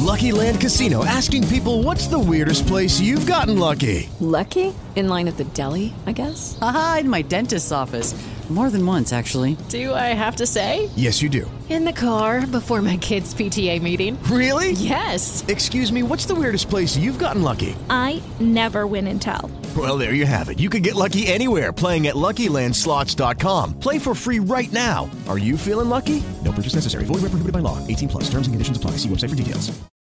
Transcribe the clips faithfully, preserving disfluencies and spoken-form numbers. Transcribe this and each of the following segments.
Lucky Land Casino, asking people, what's the weirdest place you've gotten lucky? Lucky? In line at the deli, I guess? Aha, in my dentist's office. More than once, actually. Do I have to say? Yes, you do. In the car before my kids' P T A meeting. Really? Yes. Excuse me, what's the weirdest place you've gotten lucky? I never win and tell. Well, there you have it. You can get lucky anywhere, playing at Lucky Land Slots dot com. Play for free right now. Are you feeling lucky? No purchase necessary. Void where prohibited by law. eighteen plus. Terms and conditions apply. See website for details.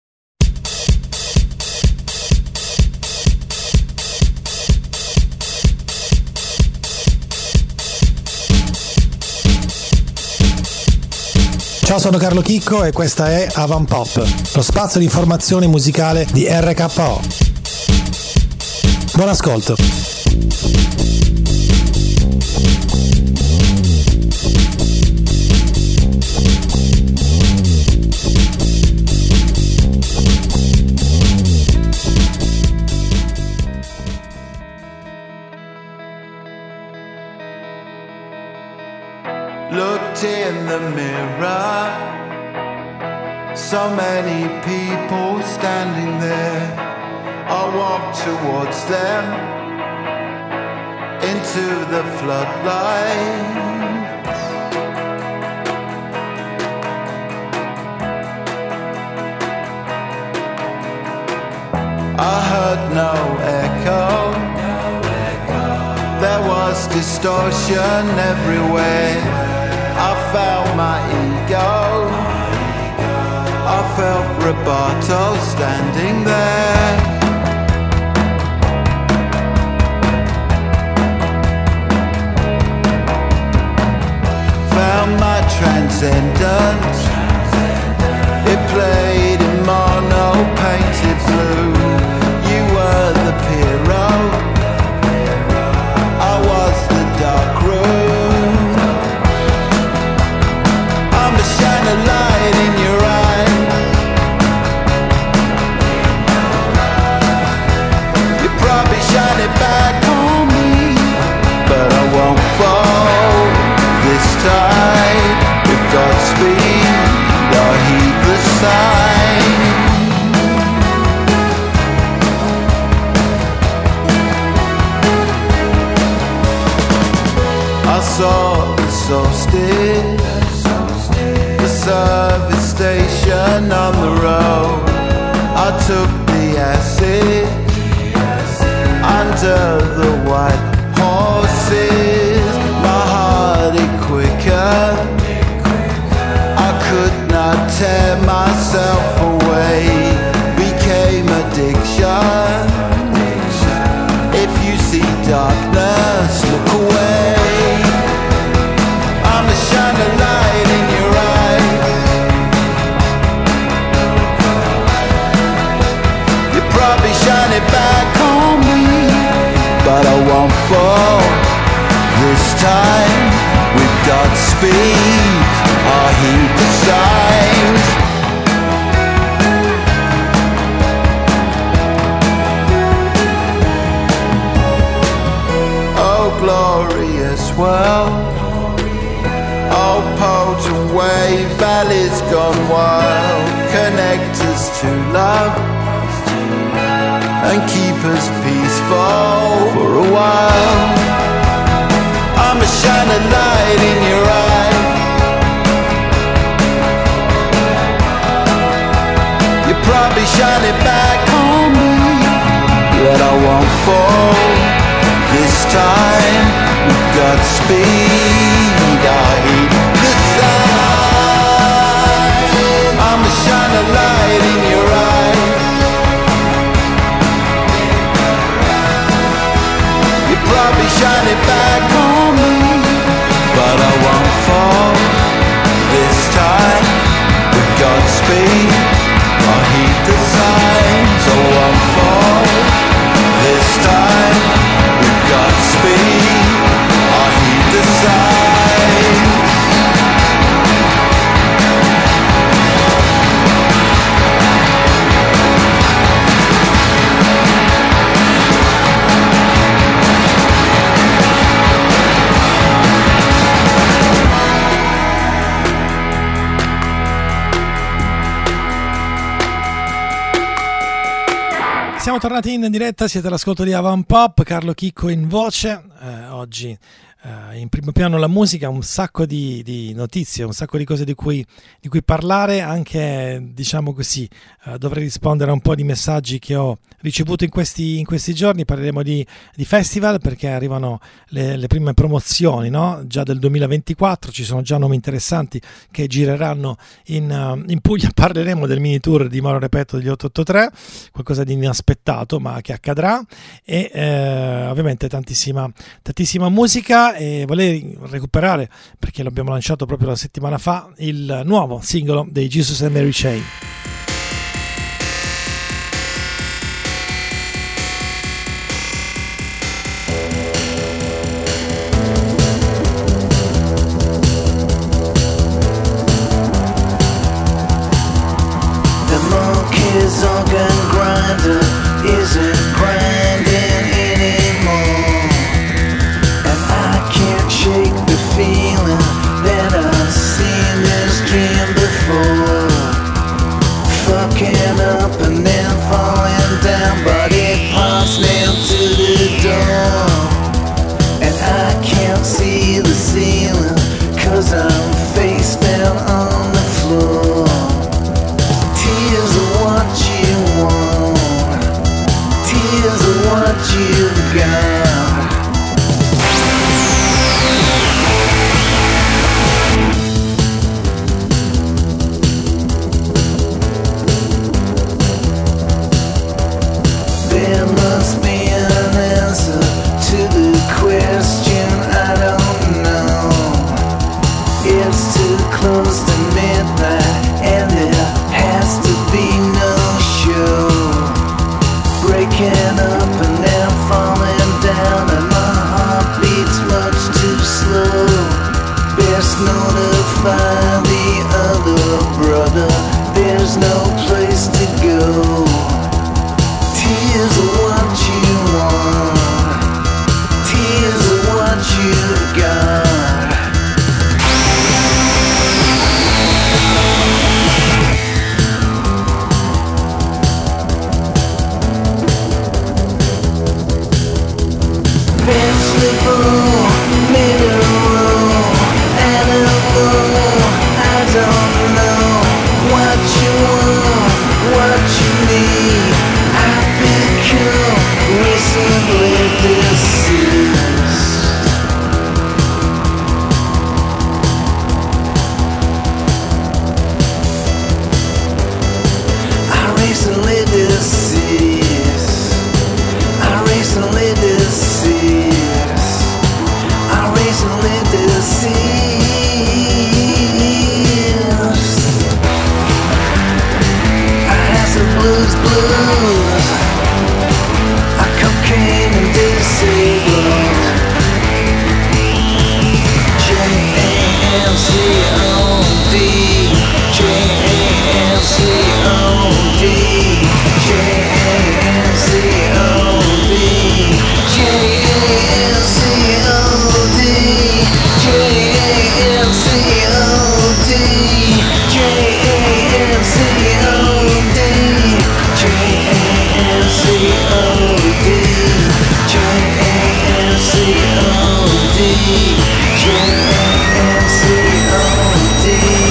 Ciao, sono Carlo Chicco e questa è Avanpop, lo spazio di informazione musicale di R K O. Buon ascolto. Looked in the mirror, so many people standing there. I walked towards them, into the floodlight. I heard no echo, there was distortion everywhere. I felt my ego, I felt Roboto standing there. Found my transcendence, it played in mono painted blue. You were the hero, I was the dark room. Shine a light in your eye. You probably shine it back on me, but I won't fall this time. With Godspeed, I'll heed the sign. I saw the solstice, service station on the road. I took the acid under the white horses. My heart it quicker, I could not tear myself away. Became addiction. If you see darkness, look away. I'm the shining light in your eyes. Probably shine it back on me, but I won't fall this time. With Godspeed, I'll heed the signs. Oh, glorious world, oh, potent wave, valleys gone wild. Connect us to love and keep us peaceful for a while. I'm a shining light in your eye. You probably shine it back on me, but I won't fall this time. With Godspeed, I'll heed the sign. I'm a shining light in your eye. Probably shine it back on me, but I won't fall this time. With Godspeed, I'll heed the signs. I won't fall this time. With Godspeed, I'll heed the signs. Siamo tornati in diretta, siete all'ascolto di Avan Pop, Carlo Chicco in voce, eh, oggi eh, in primo piano la musica, un sacco di, di notizie, un sacco di cose di cui, di cui parlare, anche diciamo così, eh, dovrei rispondere a un po' di messaggi che ho ricevuto in questi, in questi giorni. Parleremo di, di festival perché arrivano le, le prime promozioni, no? Già del duemilaventiquattro, ci sono già nomi interessanti che gireranno in, uh, in Puglia. Parleremo del mini tour di Mauro Repetto degli otto otto tre, qualcosa di inaspettato ma che accadrà, e eh, ovviamente tantissima, tantissima musica. E volevo recuperare, perché l'abbiamo lanciato proprio la settimana fa, il nuovo singolo dei Jesus and Mary Chain. His organ grinder isn't grinding anymore, and I can't shake the feeling that I've seen this dream before. Fucking up and then falling down, but it pops nailed to the door, and I can't see the ceiling 'cause I'm face down on the floor. Tears are what you want, tears are what you've got. There must be an answer to the question I don't know. It's too close to midnight and there has to be no show. Breaking up and then falling down, and my heart beats much too slow. Best notify the other brother, there's no place to go. Tears are what you want, tears are what you've got. Vegetable, mineral, animal, I don't know what you want, what you need. I've become recently deceased. I recently deceased. I recently deceased. I recently deceased. I had some blues, blues. I cocaine and disabled. J A M C O D, J A M C O D, J A M C O D, J A M C O D, J A M C O D, J A M C O D, J A M C O D, J A M C O D, J A M C O D.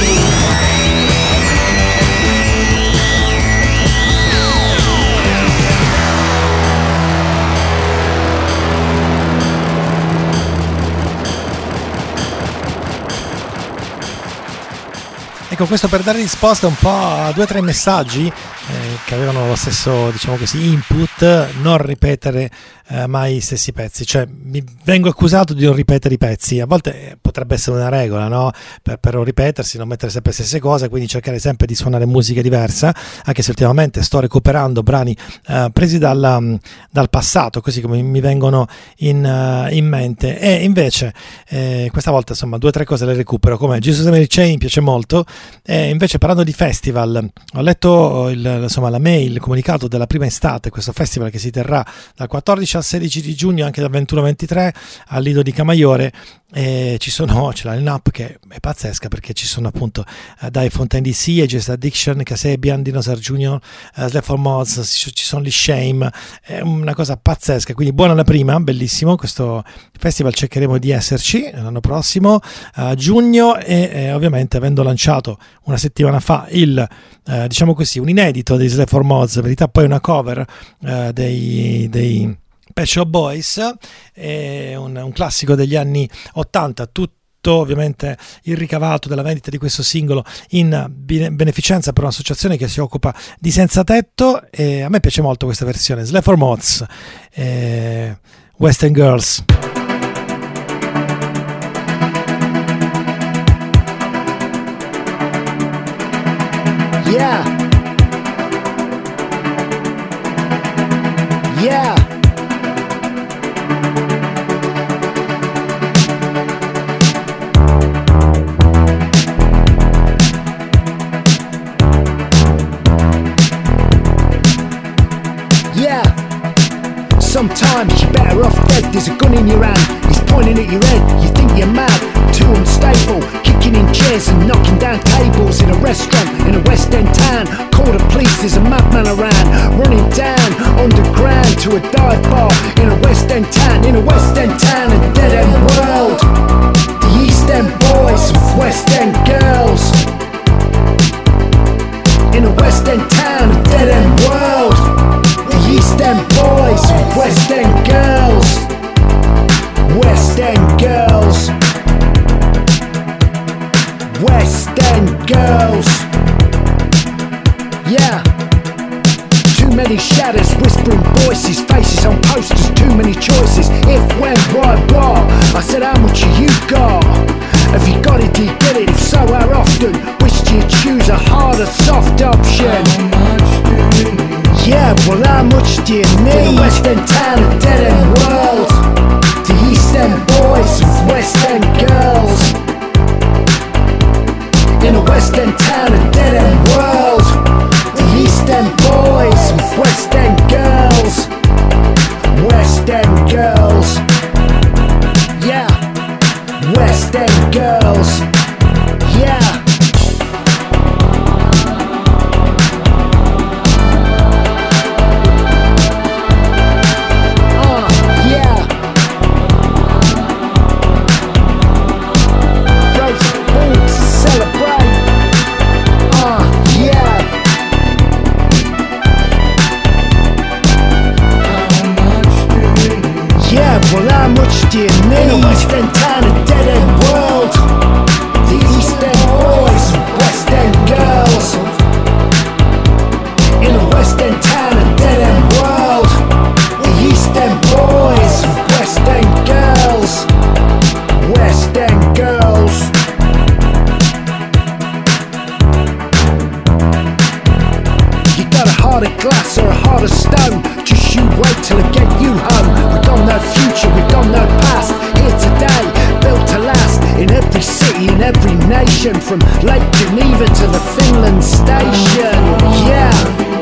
Ecco, questo per dare risposta un po' a due o tre messaggi eh, che avevano lo stesso, diciamo così, input: non ripetere eh, mai i stessi pezzi. Cioè, mi vengo accusato di non ripetere i pezzi. A volte potrebbe essere una regola, no? Per, per non ripetersi, non mettere sempre le stesse cose, quindi cercare sempre di suonare musica diversa, anche se ultimamente sto recuperando brani eh, presi dalla, dal passato, così come mi vengono in, uh, in mente. E invece eh, questa volta, insomma, due o tre cose le recupero, come Jesus and Mary Chain, mi piace molto. E invece, parlando di festival, ho letto il insomma, la mail, il comunicato della prima estate, questo festival che si terrà dal quattordici al sedici di giugno, anche dal ventuno al ventitré al Lido di Camaiore. E ci sono, c'è la line-up che è pazzesca, perché ci sono appunto uh, Dai Fontaine D C, Just Addiction, Kasabian, Dinosaur Junior, uh, Slap for Mods, ci sono gli Shame, è una cosa pazzesca. Quindi buona la prima, bellissimo questo festival, cercheremo di esserci l'anno prossimo a uh, giugno. E eh, ovviamente, avendo lanciato una settimana fa il uh, diciamo così, un inedito dei Slap for Mods, in verità poi una cover uh, dei, dei Pet Shop Boys, è un, un classico degli anni ottanta, tutto ovviamente il ricavato della vendita di questo singolo in beneficenza per un'associazione che si occupa di senza tetto. E a me piace molto questa versione, Slap for Mods, eh, West End Girls. Yeah. Yeah. Yeah. Sometimes you're better off dead. There's a gun in your hand, he's pointing at your head. You think you're mad, too unstable, kicking in chairs and knocking down tables in a restaurant in a West End town. Call the police, there's a madman around, running down underground to a dive bar in a West End town, in a West End town, a dead end world. The East End boys and West End girls in a West End town, a dead end world. The East End boys and West End girls, West End girls, West End girls. Yeah. Too many shadows, whispering voices, faces on posters, too many choices. If, when, why, what? I said, how much have you got? Have you got it, do you get it? If so, how often? Wish you choose a harder, soft option. Yeah, well, how much do you need? In a West End town, a dead end world. The East End boys and West End girls. In a West End town, a dead end world. The East End boys and West End girls. West End girls. Yeah. West End girls. Yeah. Well, how much do you need? In a West End town, a dead end world. The East End boys and West End girls. In a West End town, a dead end world. The East End boys and West End girls. West End girls. You got a heart of glass or a heart of stone? Just you wait till I get you home. We got no future, we got no past. Here today, built to last. In every city, in every nation, from Lake Geneva to the Finland station. Yeah.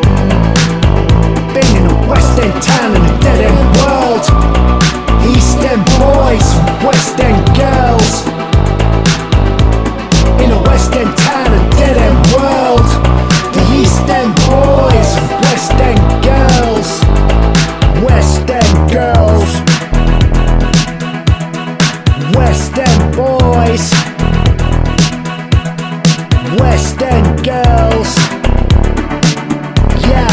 Been in a West End town and a dead end world. East End boys, West End girls. In a West End town, a dead end world. The East End boys, West End girls. West End girls. West End boys. West End girls. Yeah.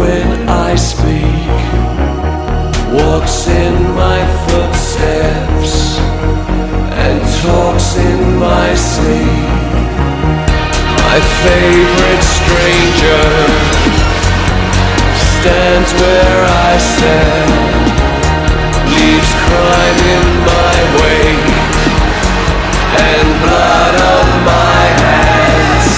when I speak, walks in my footsteps and talks in my sleep. My favorite stranger stands where I stand, leaves crime in my wake and blood on my hands.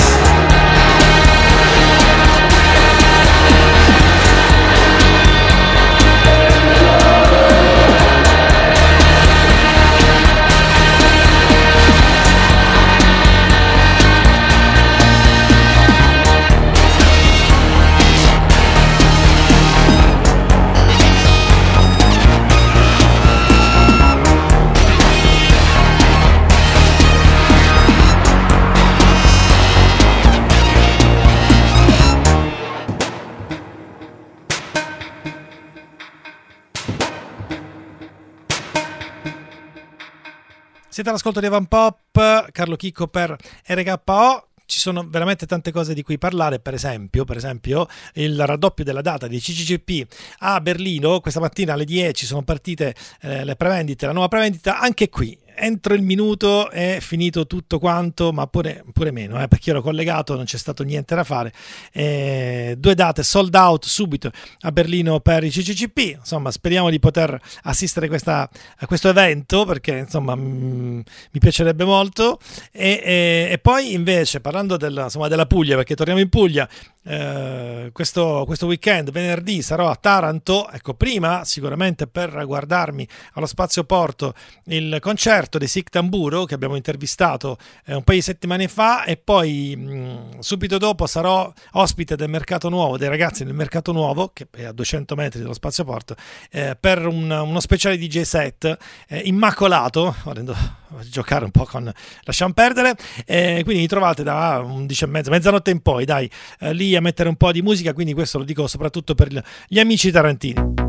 Siete all'ascolto di Van Pop, Carlo Chicco per R K O. Ci sono veramente tante cose di cui parlare, per esempio, per esempio il raddoppio della data di C C C P a Berlino. Questa mattina alle dieci sono partite eh, le prevendite, la nuova prevendita. Anche qui entro il minuto è finito tutto quanto, ma pure, pure meno, eh, perché ero collegato, non c'è stato niente da fare. Eh, due date sold out subito a Berlino per i C C C P. Insomma, speriamo di poter assistere questa, a questo evento, perché insomma mh, mi piacerebbe molto. E, e, e poi invece, parlando del, insomma, della Puglia, perché torniamo in Puglia, eh, questo, questo weekend, venerdì, sarò a Taranto. Ecco, prima sicuramente per guardarmi allo Spazio Porto il concerto dei Sic Tamburo che abbiamo intervistato eh, un paio di settimane fa, e poi mh, subito dopo sarò ospite del Mercato Nuovo, dei ragazzi del Mercato Nuovo, che è a duecento metri dallo Spazio Porto, eh, per un, uno speciale D J set eh, immacolato, volendo giocare un po' con lasciamo perdere, eh, quindi mi trovate da undici e mezza, mezzanotte in poi, dai, eh, lì a mettere un po' di musica, quindi questo lo dico soprattutto per gli amici tarantini.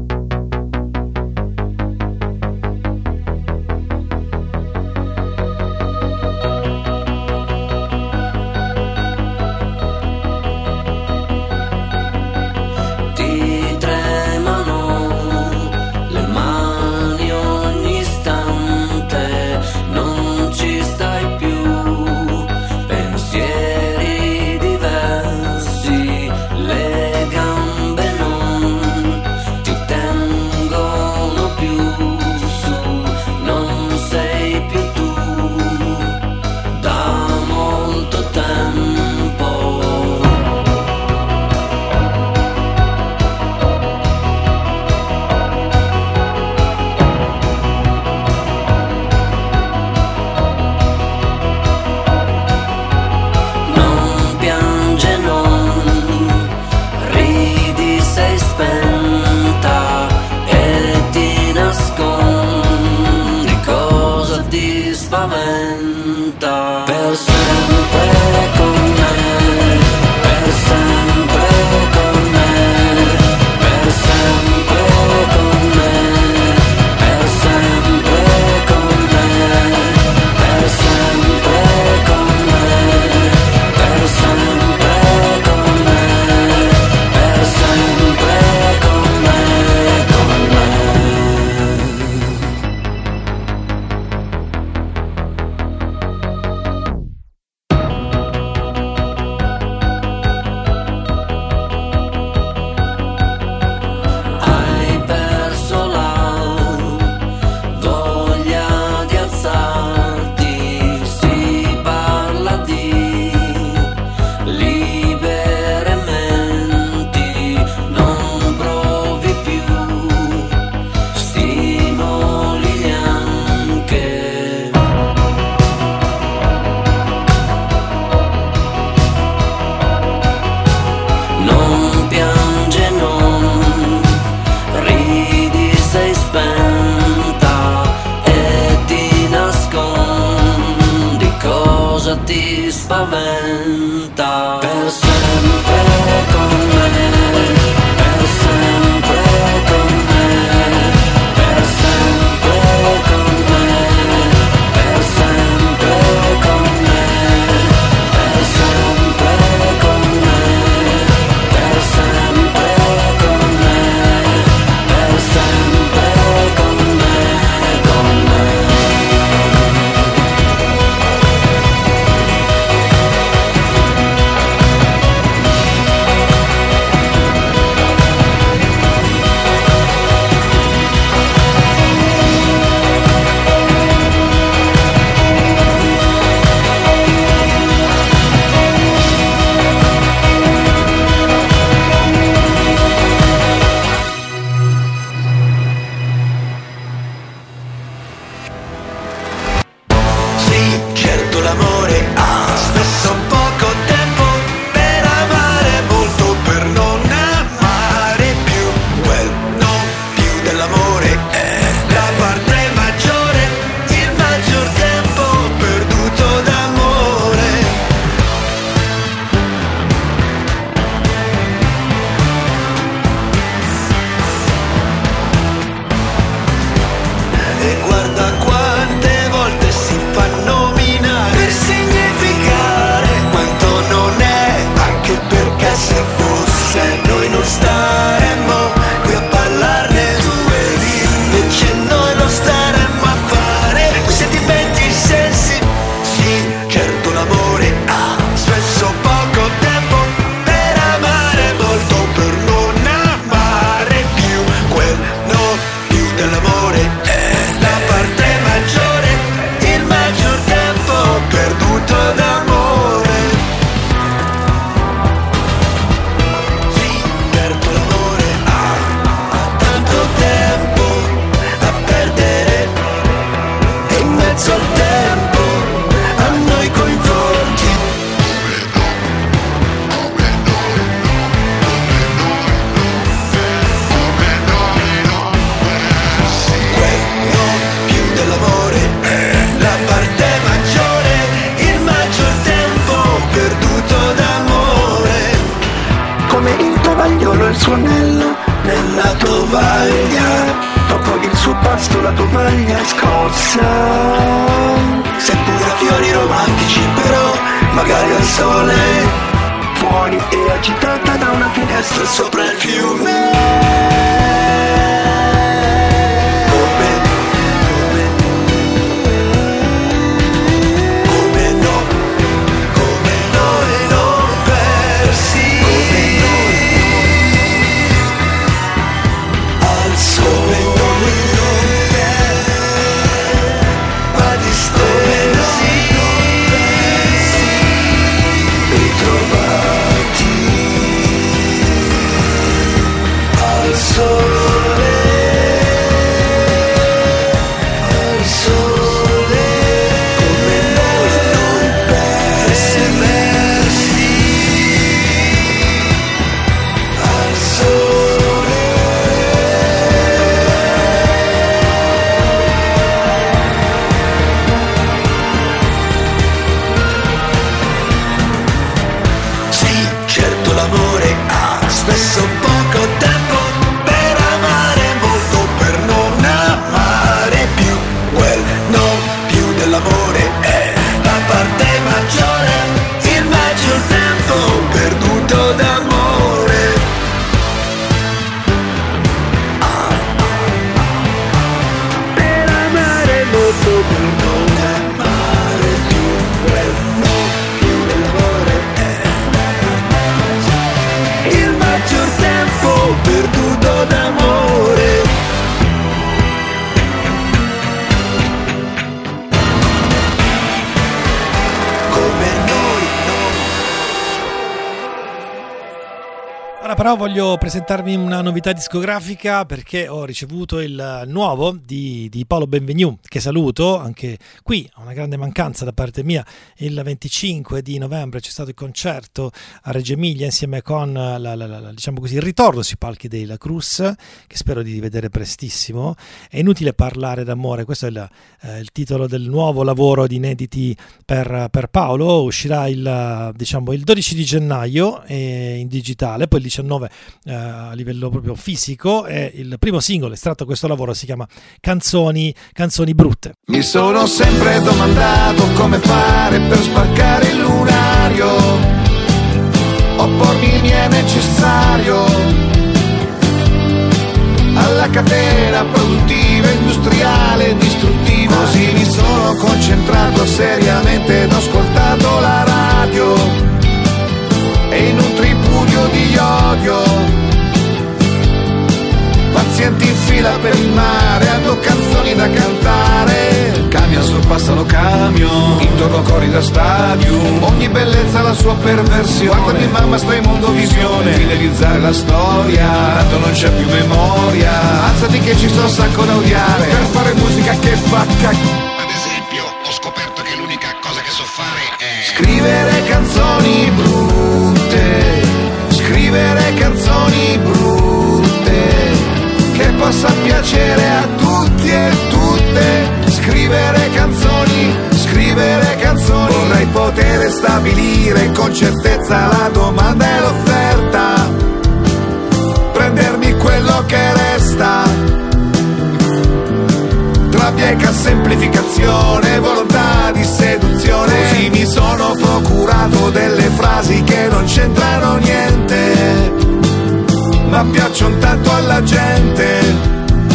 spaventa. Per sempre con me, per sempre con me, per sempre con me, per sempre con me, per sempre con me, per sempre ritornello nella tovaglia, dopo il suo pasto la tovaglia è scossa. Seppure a fiori romantici però, magari al sole, fuori e agitata da una finestra sopra il fiume. Però voglio presentarvi una novità discografica, perché ho ricevuto il nuovo di, di Paolo Benvenu, che saluto. Anche qui una grande mancanza da parte mia. Il venticinque di novembre c'è stato il concerto a Reggio Emilia insieme con la, la, la, diciamo così, il ritorno sui palchi dei La Cruz, che spero di vedere prestissimo. È inutile parlare d'amore, questo è il, eh, il titolo del nuovo lavoro di inediti per, per Paolo. Uscirà il, diciamo, il dodici di gennaio eh, in digitale, poi il diciannove Uh, a livello proprio fisico. E il primo singolo estratto da questo lavoro si chiama Canzoni, Canzoni Brutte. Mi sono sempre domandato come fare per sbarcare il lunario, oppormi mi è necessario alla catena produttiva, industriale, distruttiva. Così mi sono concentrato seriamente ed ho ascoltato la radio, e in un tripudio di odio, pazienti in fila per il mare, hanno canzoni da cantare. Camion sorpassano camion, intorno cori da stadium, ogni bellezza ha la sua perversione. Guardami mamma, sto in mondo visione, fidelizzare la storia, tanto non c'è più memoria. Alzati che ci sto un sacco da odiare, per fare musica che fa cacchio. Ad esempio, ho scoperto che l'unica cosa che so fare è scrivere canzoni brutte, scrivere canzoni brutte, che possa piacere a tutti e tutte. Scrivere canzoni, scrivere canzoni. Vorrei poter stabilire con certezza la domanda e l'offerta, prendermi quello che resta, tra bieca semplificazione, volontà di seduzione. Così mi sono procurato delle frasi che non c'entrano niente, ma piacciono tanto alla gente,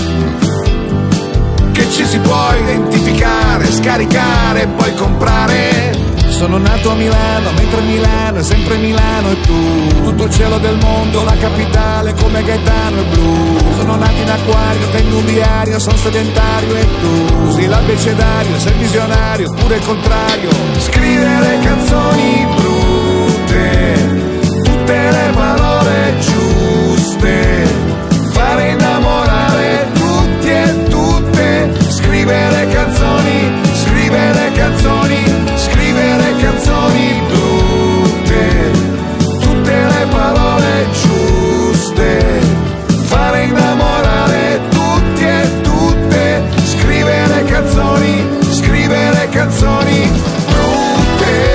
che ci si può identificare, scaricare e poi comprare. Sono nato a Milano, mentre Milano è sempre Milano e tu, tutto il cielo del mondo, la capitale come Gaetano e blu. Sono nato in acquario, tengo un diario, sono sedentario e tu usi l'abbecedario, sei visionario, oppure il contrario. Scrivere canzoni brutte, tutte le parole giuste, fare innamorare tutti e tutte. Scrivere canzoni, scrivere canzoni, scrivere canzoni brutte, tutte le parole giuste, fare innamorare tutti e tutte. Scrivere canzoni, scrivere canzoni brutte.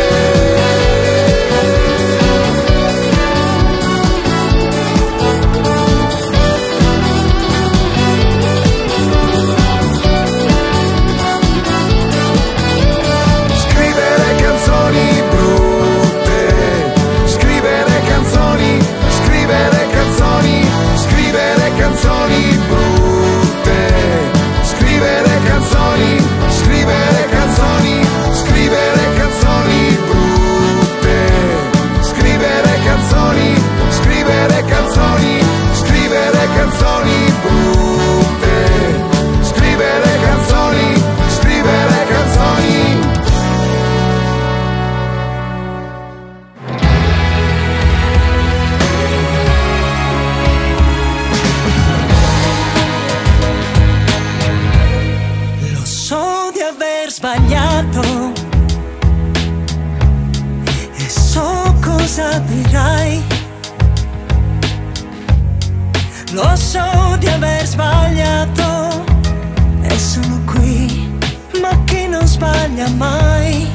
Lo so di aver sbagliato e sono qui, ma chi non sbaglia mai.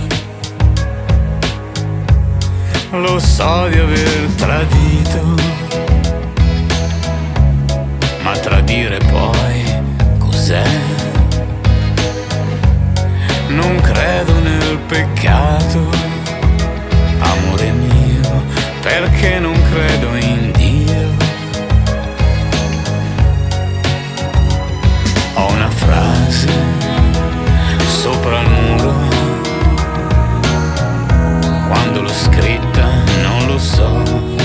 Lo so di aver tradito, ma tradire poi cos'è? Non credo nel peccato, amore mio, perché non credo in Dio. Ho una frase sopra il muro, quando l'ho scritta non lo so.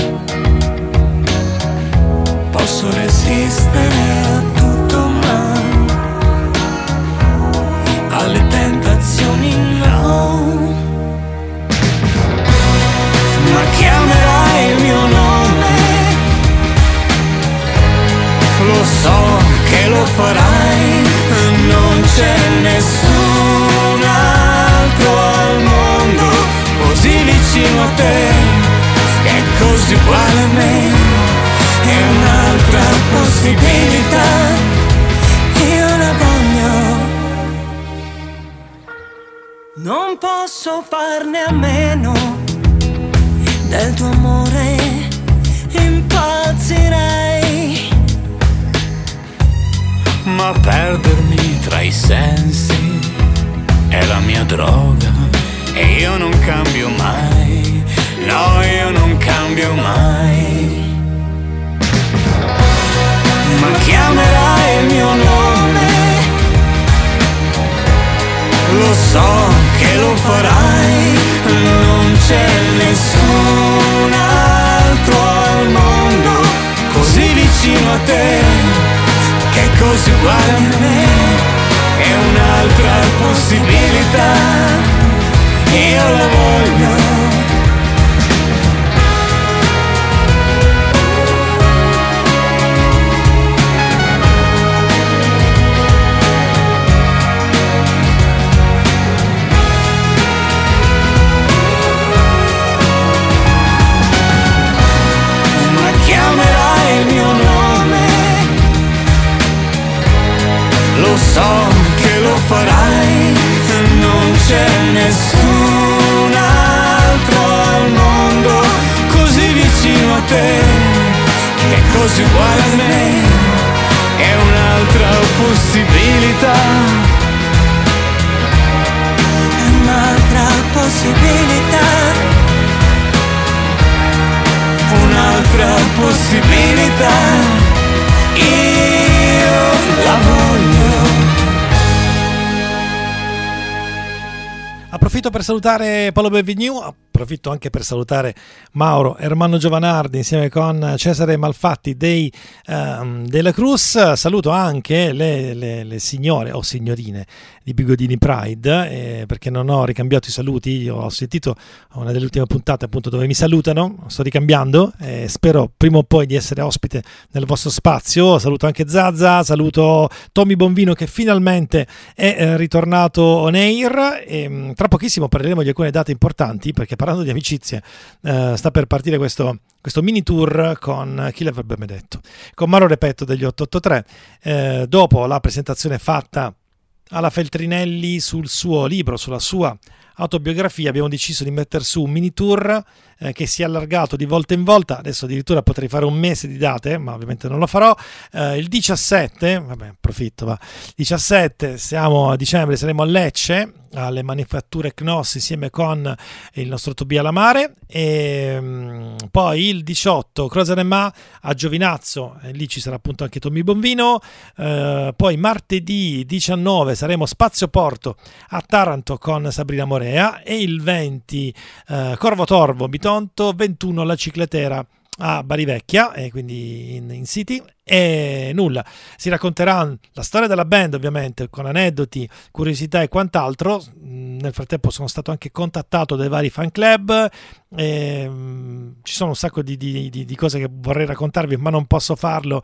Posso resistere a tutto ma alle tentazioni no. Ma chiamerai il mio nome, lo so che lo farai, non c'è nessun altro al mondo così vicino a te, che è così uguale a me, è un'altra possibilità, io la voglio, non posso farne a meno del tuo amore, impazzirei. Ma perdermi tra i sensi è la mia droga e io non cambio mai, no io non cambio mai. Ma chiamerai il mio nome, lo so che lo farai, non c'è nessun altro al mondo così vicino a te, che è così uguale a me, è un'altra possibilità, io la voglio. Lo so che lo farai, non c'è nessun altro al mondo così vicino a te, che è così uguale a me, è un'altra possibilità, è un'altra possibilità, un'altra possibilità, io la voglio. Approfitto per salutare Paolo Benvenu, approfitto anche per salutare Mauro Ermanno Giovanardi insieme con Cesare Malfatti dei um, della Cruz. Saluto anche le, le, le signore o signorine di Bigodini Pride, eh, perché non ho ricambiato i saluti. Io ho sentito una delle ultime puntate appunto dove mi salutano, sto ricambiando e eh, spero prima o poi di essere ospite nel vostro spazio. Saluto anche Zazza, saluto Tommy Bonvino che finalmente è eh, ritornato on air e tra pochissimo parleremo di alcune date importanti, perché parlando di amicizie eh, sta per partire questo, questo mini tour con Chi l'avrebbe mai detto, con Mauro Repetto degli otto otto tre, eh, dopo la presentazione fatta alla Feltrinelli sul suo libro, sulla sua autobiografia, abbiamo deciso di mettere su un mini tour eh, che si è allargato di volta in volta. Adesso addirittura potrei fare un mese di date, ma ovviamente non lo farò. Eh, il diciassette, vabbè, approfitto, va. diciassette, siamo a dicembre, saremo a Lecce alle Manifatture Knos insieme con il nostro Tobia Lamare, e um, poi il diciotto Crozer and Ma a Giovinazzo, e lì ci sarà appunto anche Tommy Bonvino. Uh, poi martedì diciannove saremo Spazio Porto a Taranto con Sabrina Morea, e il venti uh, Corvo Torvo Bitonto, ventuno La Cicletera a Barivecchia, e quindi in, in City. E nulla, si racconterà la storia della band ovviamente con aneddoti, curiosità e quant'altro. Nel frattempo sono stato anche contattato dai vari fan club, e, um, ci sono un sacco di, di, di, di cose che vorrei raccontarvi ma non posso farlo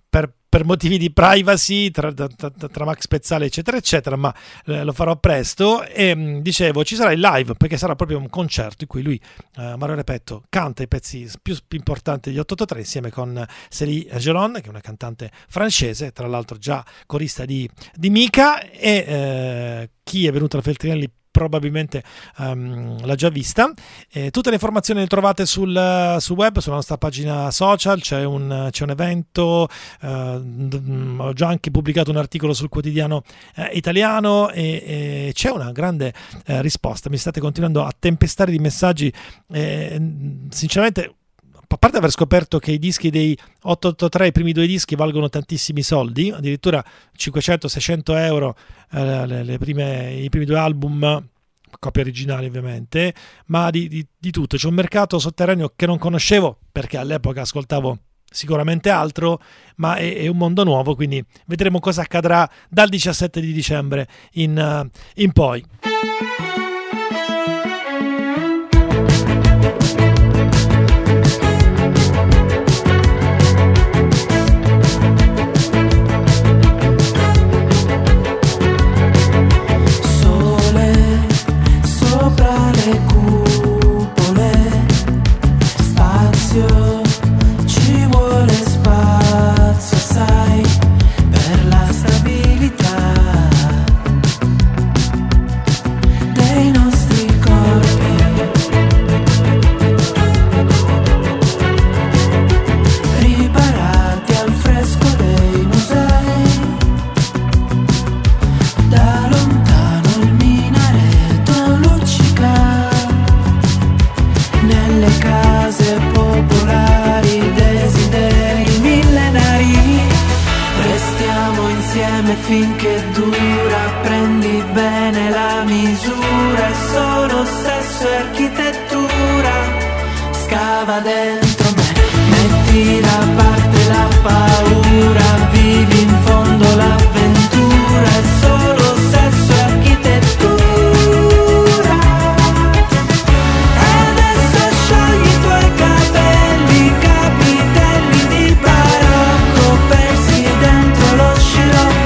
per per motivi di privacy tra, tra, tra Max Pezzale eccetera eccetera, ma eh, lo farò presto. E mh, dicevo, ci sarà il live, perché sarà proprio un concerto in cui lui, eh, Mario Repetto, canta i pezzi più, più importanti degli otto otto tre insieme con Céline Geron, che è una cantante francese, tra l'altro già corista di, di Mika, e eh, chi è venuto alla Feltrinelli probabilmente um, l'ha già vista. Eh, tutte le informazioni le trovate sul, sul web, sulla nostra pagina social. C'è un, c'è un evento, uh, ho già anche pubblicato un articolo sul quotidiano eh, italiano, e, e c'è una grande eh, risposta. Mi state continuando a tempestare di messaggi, eh, sinceramente, a parte aver scoperto che i dischi dei otto otto tre, i primi due dischi, valgono tantissimi soldi, addirittura cinquecento seicento euro, eh, le, le prime, i primi due album, copie originali ovviamente, ma di, di, di tutto. C'è un mercato sotterraneo che non conoscevo, perché all'epoca ascoltavo sicuramente altro, ma è, è un mondo nuovo, quindi vedremo cosa accadrà dal diciassette di dicembre in, uh, in poi. Finché dura, prendi bene la misura, è solo sesso e architettura. Scava dentro me, metti da parte la paura, vivi in fondo l'avventura, è solo sesso e architettura. E adesso sciogli i tuoi capelli, capitelli di barocco, persi dentro lo scirocco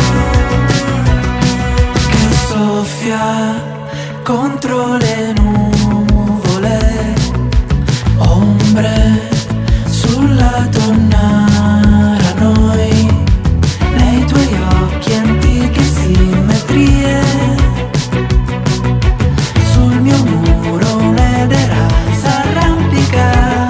contro le nuvole, ombre sulla tonnara, noi nei tuoi occhi antiche simmetrie, sul mio muro un'edera s'arrampica,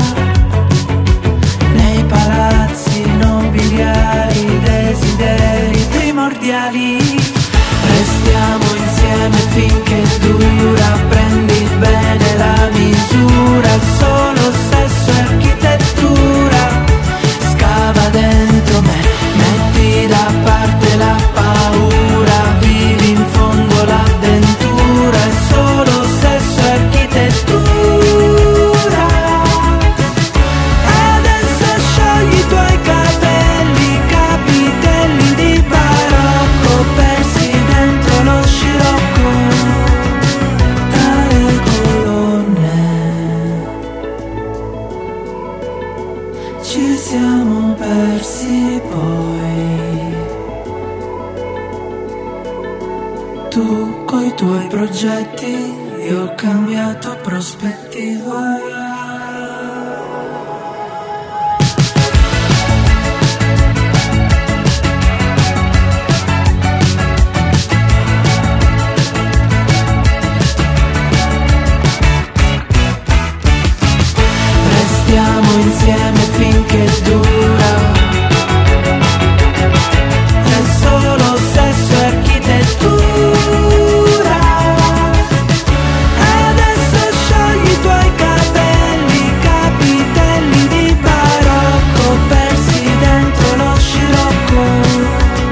nei palazzi nobiliari desideri primordiali. Restiamo insieme finché dura, prendi bene la misura, solo sesso e architettura. Scava dentro me, metti da parte la paura, vivi in fondo l'avventura, è solo sesso e architettura. E adesso sciogli i tuoi capelli, capitelli di barocco, persi dentro lo scirocco tra le colonne. Ci siamo persi poi, tu coi tuoi progetti, io ho cambiato prospettiva. Restiamo insieme finché dura, è solo sesso e architettura. Adesso sciogli i tuoi capelli, capitelli di barocco, persi dentro lo scirocco.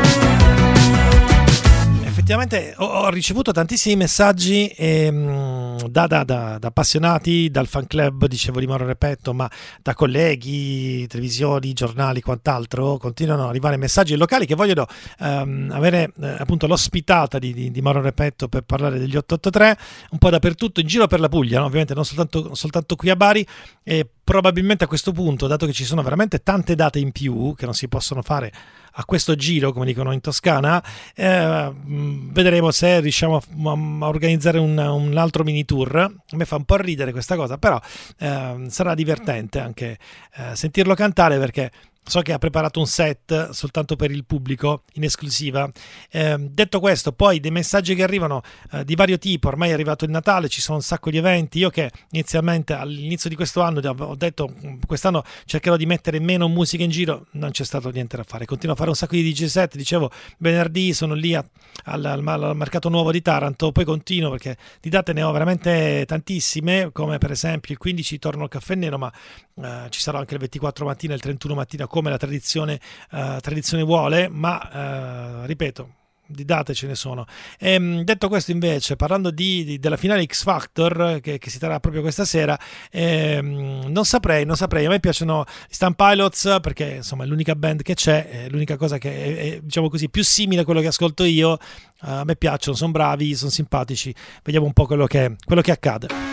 Effettivamente ho, ho ricevuto tantissimi messaggi ehm, da, da, da, da appassionati, dal fan club, dicevo, di Mauro Repetto, ma da colleghi, televisioni, giornali, quant'altro. Continuano ad arrivare messaggi locali che vogliono ehm, avere eh, appunto l'ospitata di, di, di Mauro Repetto per parlare degli otto otto tre un po' dappertutto, in giro per la Puglia, no? Ovviamente non soltanto, soltanto qui a Bari. E probabilmente a questo punto, dato che ci sono veramente tante date in più che non si possono fare a questo giro, come dicono in Toscana, eh, vedremo se riusciamo a, a organizzare un, un altro mini tour. A me fa un po' ridere questa cosa, però eh, sarà divertente anche eh, sentirlo cantare, perché so che ha preparato un set soltanto per il pubblico in esclusiva. Eh, detto questo, poi dei messaggi che arrivano eh, di vario tipo. Ormai è arrivato il Natale, ci sono un sacco di eventi. Io che inizialmente all'inizio di questo anno ho detto quest'anno cercherò di mettere meno musica in giro, non c'è stato niente da fare. Continuo a fare un sacco di D J set. Dicevo, venerdì sono lì a, al, al, al mercato nuovo di Taranto, poi continuo perché di date ne ho veramente tantissime, come per esempio il quindici torno al Caffè Nero, ma eh, ci sarò anche il ventiquattro mattina e il trentuno mattina, come la tradizione, uh, tradizione vuole, ma uh, ripeto, di date ce ne sono. E, detto questo, invece, parlando di, di, della finale X Factor che, che si terrà proprio questa sera, ehm, non saprei, non saprei. A me piacciono gli Stan Pilots perché insomma è l'unica band che c'è, è l'unica cosa che è, è, diciamo così, più simile a quello che ascolto io. Uh, a me piacciono, sono bravi, sono simpatici. Vediamo un po' quello che, quello che accade.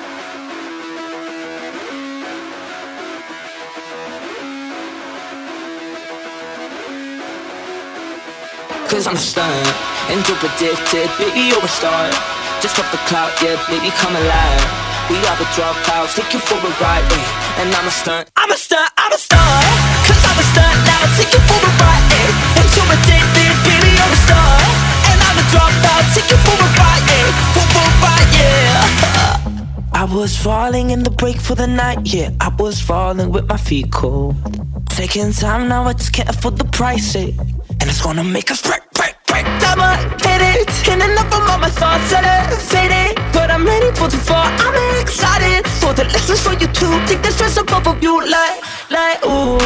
Cause I'm stunned and too predicted, baby, you're a star. Just off the cloud, yeah, baby, come alive. We are the dropouts, take you for a ride, eh. And I'm a stunt, I'm a stunt, I'm a stunt. Cause I'm a stunt now, take you for a ride, eh. And too addicted, baby, you're a star. And I'm a dropout, take you for a ride, eh. For a ride, yeah. I was falling in the break for the night, yeah. I was falling with my feet cold. Taking time now, I just can't afford the price, eh. And it's gonna make us break, break, break. I'ma hit it, and enough of all my thoughts elevated. But I'm ready for the fall, I'm excited for the lessons for you too. Take the stress above of you like, like, ooh.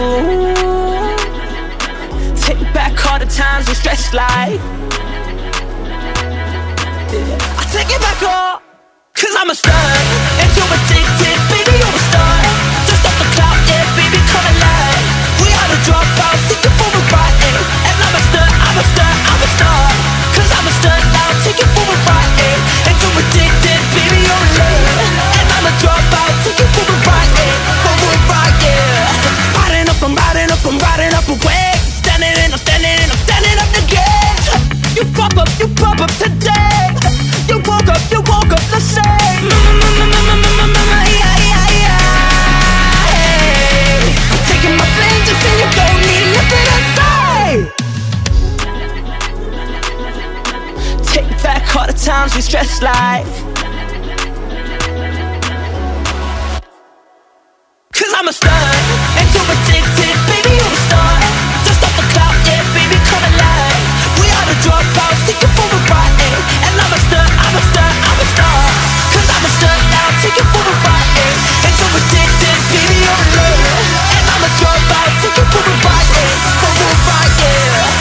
Take back all the times we stressed like, yeah. I take it back all, cause I'm a star. And too addicted, baby, you're a star. Just off the cloud, yeah, baby, come alive. We are the dropouts, take it for a ride, eh. I'm a star, I'm a star, I'm a star. Cause I'm a star now, take it for a ride, eh. And too addicted, baby, you're in love. And I'm a dropout, take it for a ride, eh. For a ride, yeah. Riding up, I'm riding up, I'm riding up away. Standing in, I'm standing in, I'm standing up again. You pop up, you pop up today. You woke up, you woke up the same. Yeah, yeah, yeah. I'm taking my plane just so you don't need nothing to say. Take back all the times we stressed like, cause I'm a star. And too addicted, baby, you're a star. Just off the cloud, yeah, baby, come alive. We are the dropouts, take it for a ride, eh. And I'm a star, I'm a star, I'm a star. Cause I'm a star now, take it for a ride, eh. And too addicted, baby, you're in love. And I'm a dropout, take it for a ride, eh. For a ride, yeah.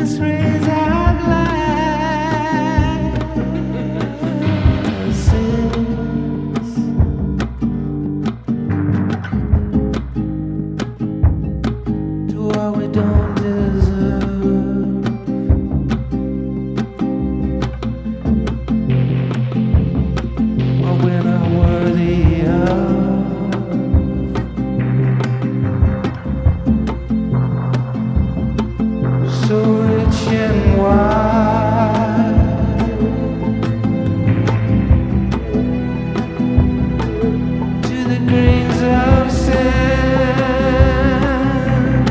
Let's raise our glasses to what we don't deserve. What we're not worthy of. So rich and wide, to the grains of sand,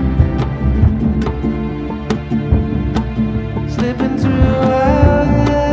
slipping through our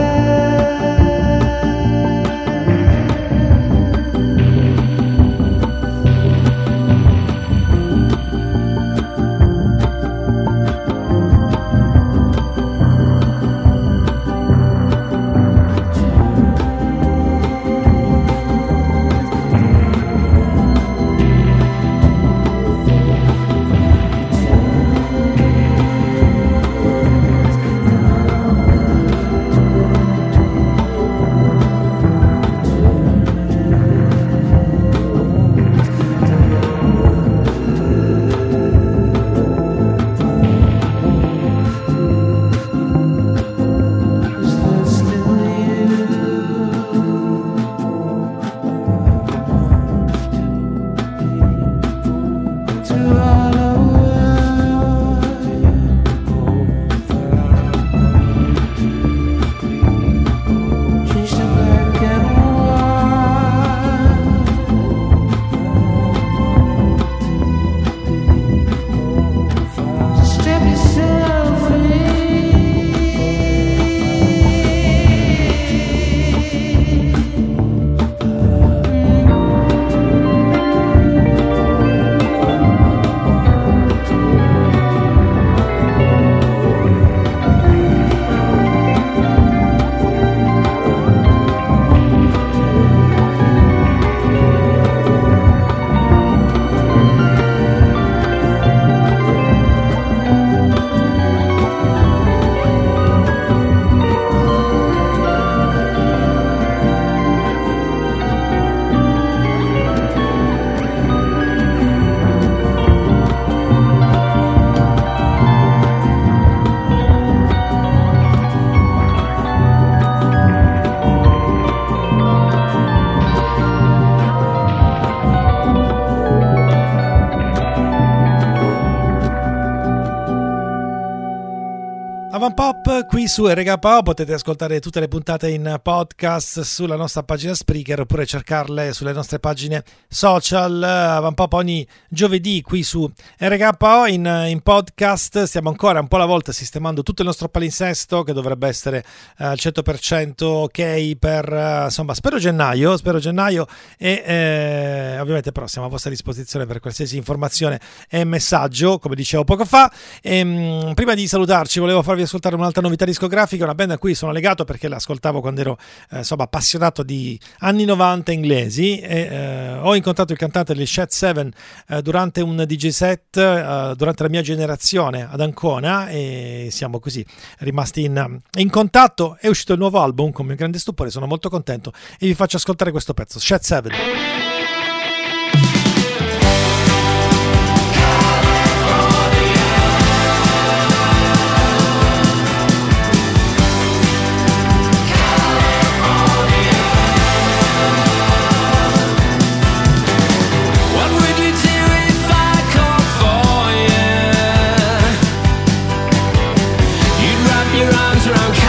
Avanpop qui su R K O, potete ascoltare tutte le puntate in podcast sulla nostra pagina Spreaker oppure cercarle sulle nostre pagine social. Avanpop ogni giovedì qui su R K O in, in podcast. Stiamo ancora un po' alla volta sistemando tutto il nostro palinsesto che dovrebbe essere uh, al cento per cento ok per uh, insomma spero gennaio, spero gennaio e eh, ovviamente però siamo a vostra disposizione per qualsiasi informazione e messaggio, come dicevo poco fa. E, mh, prima di salutarci volevo farvi ascoltare un'altra novità discografica, una band a cui sono legato perché l'ascoltavo quando ero eh, insomma appassionato di anni novanta inglesi e eh, ho incontrato il cantante degli Shed Seven eh, durante un D J set eh, durante la mia generazione ad Ancona e siamo così rimasti in, in contatto. È uscito il nuovo album con mio grande stupore, sono molto contento e vi faccio ascoltare questo pezzo, Shed Seven.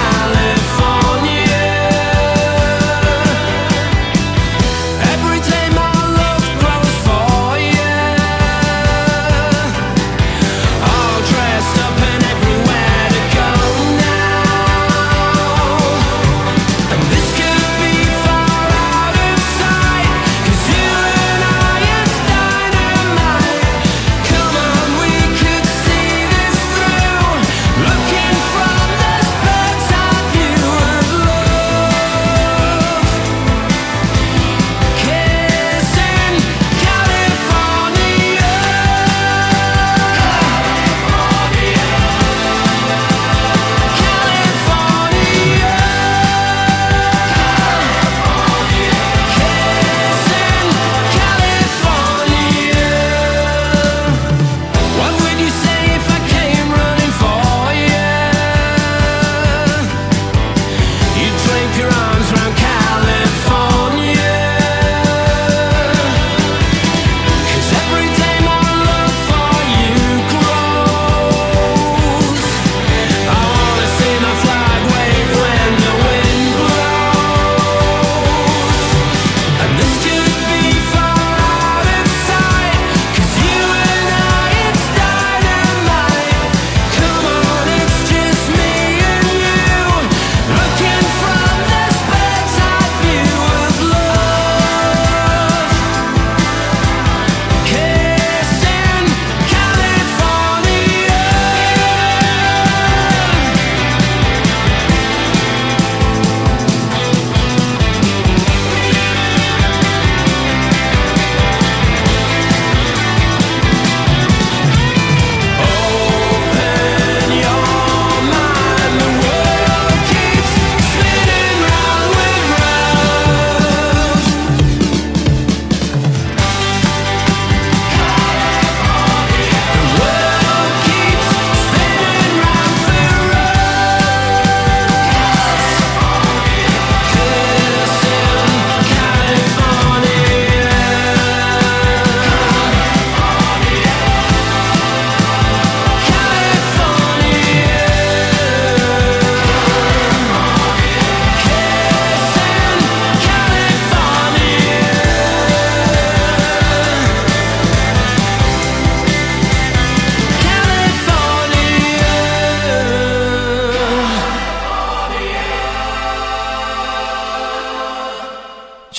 Every time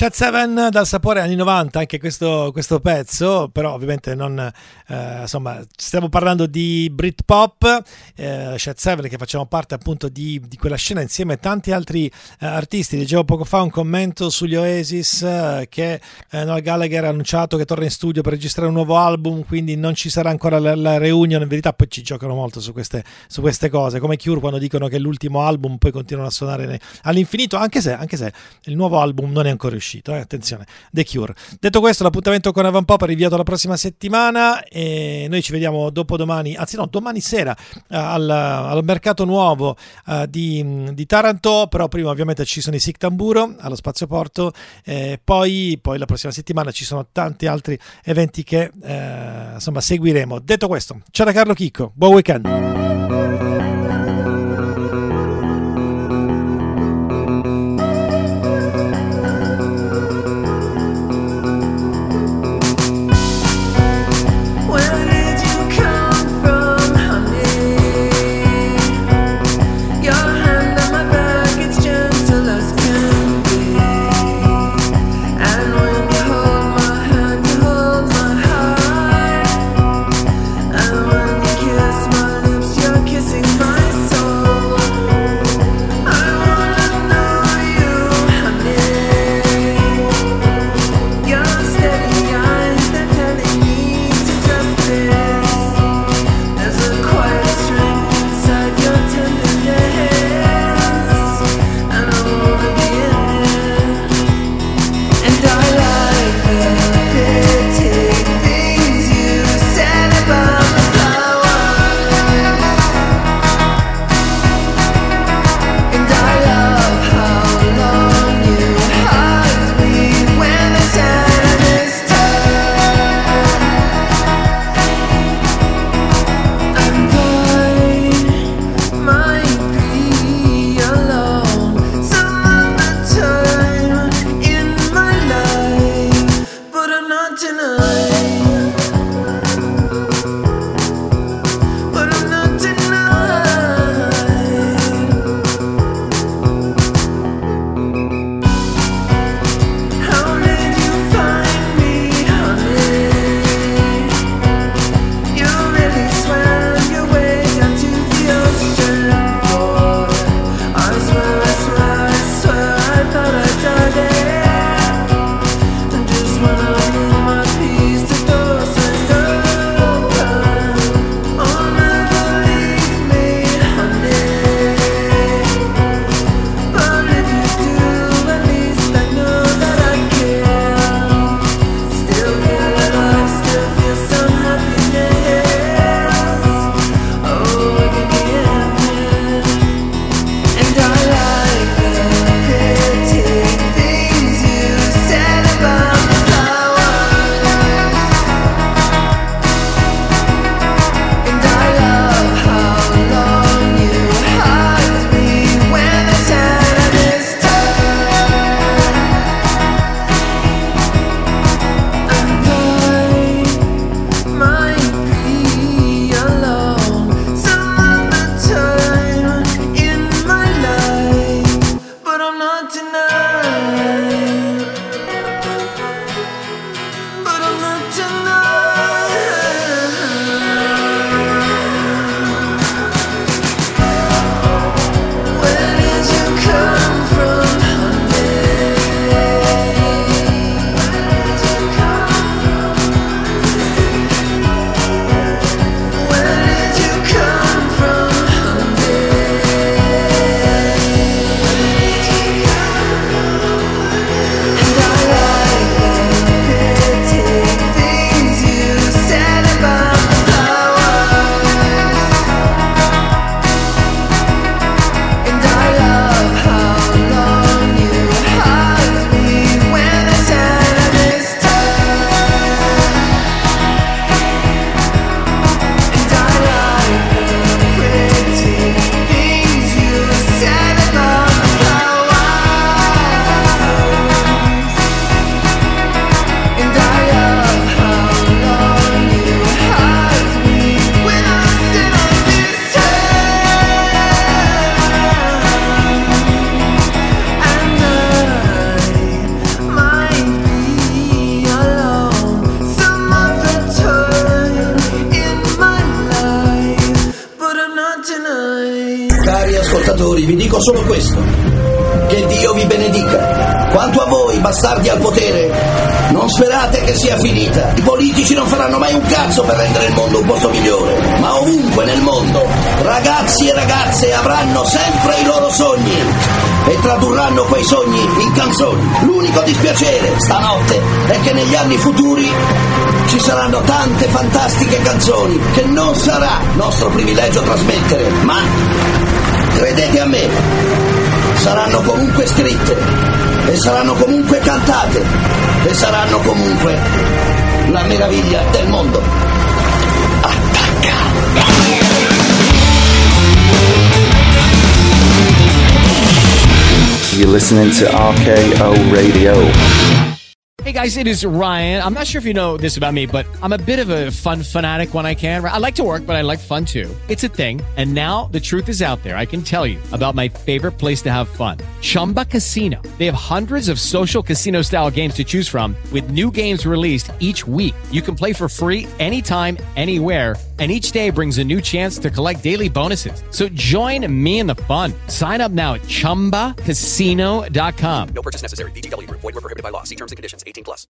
Chat Seven dal sapore anni novanta, anche questo, questo pezzo, però ovviamente non, eh, insomma, stiamo parlando di Britpop, eh, Chat Seven che facciamo parte appunto di, di quella scena insieme a tanti altri eh, artisti. Leggevo poco fa un commento sugli Oasis eh, che eh, Noel Gallagher ha annunciato che torna in studio per registrare un nuovo album, quindi non ci sarà ancora la, la reunion. In verità poi ci giocano molto su queste, su queste cose, come Cure quando dicono che è l'ultimo album, poi continuano a suonare all'infinito, anche se, anche se il nuovo album non è ancora uscito, eh? Attenzione, The Cure. Detto questo, l'appuntamento con Avant Pop è rinviato la prossima settimana e noi ci vediamo dopodomani, anzi no, domani sera uh, al, al mercato nuovo uh, di, di Taranto, però prima ovviamente ci sono i Sic Tamburo allo Spazio Porto, e poi, poi la prossima settimana ci sono tanti altri eventi che uh, insomma seguiremo. Detto questo, ciao da Carlo Chicco, buon weekend. Kiss my lips ascoltatori, vi dico solo questo: che Dio vi benedica. Quanto a voi, bastardi al potere, non sperate che sia finita. I politici non faranno mai un cazzo per rendere il mondo un posto migliore, ma ovunque nel mondo ragazzi e ragazze avranno sempre i loro sogni e tradurranno quei sogni in canzoni. L'unico dispiacere stanotte è che negli anni futuri ci saranno tante fantastiche canzoni che non sarà nostro privilegio trasmettere, ma credete a me, saranno comunque scritte e saranno comunque cantate e saranno comunque la meraviglia del mondo. Attacca! You're listening to R K O Radio. Hey guys, it is Ryan. I'm not sure if you know this about me, but I'm a bit of a fun fanatic when I can. I like to work, but I like fun too. It's a thing. And now the truth is out there. I can tell you about my favorite place to have fun. Chumba Casino. They have hundreds of social casino style games to choose from with new games released each week. You can play for free anytime, anywhere. And each day brings a new chance to collect daily bonuses. So join me in the fun. Sign up now at chumba casino dot com. No purchase necessary. V G W Group. Void where prohibited by law. See terms and conditions. eighteen plus.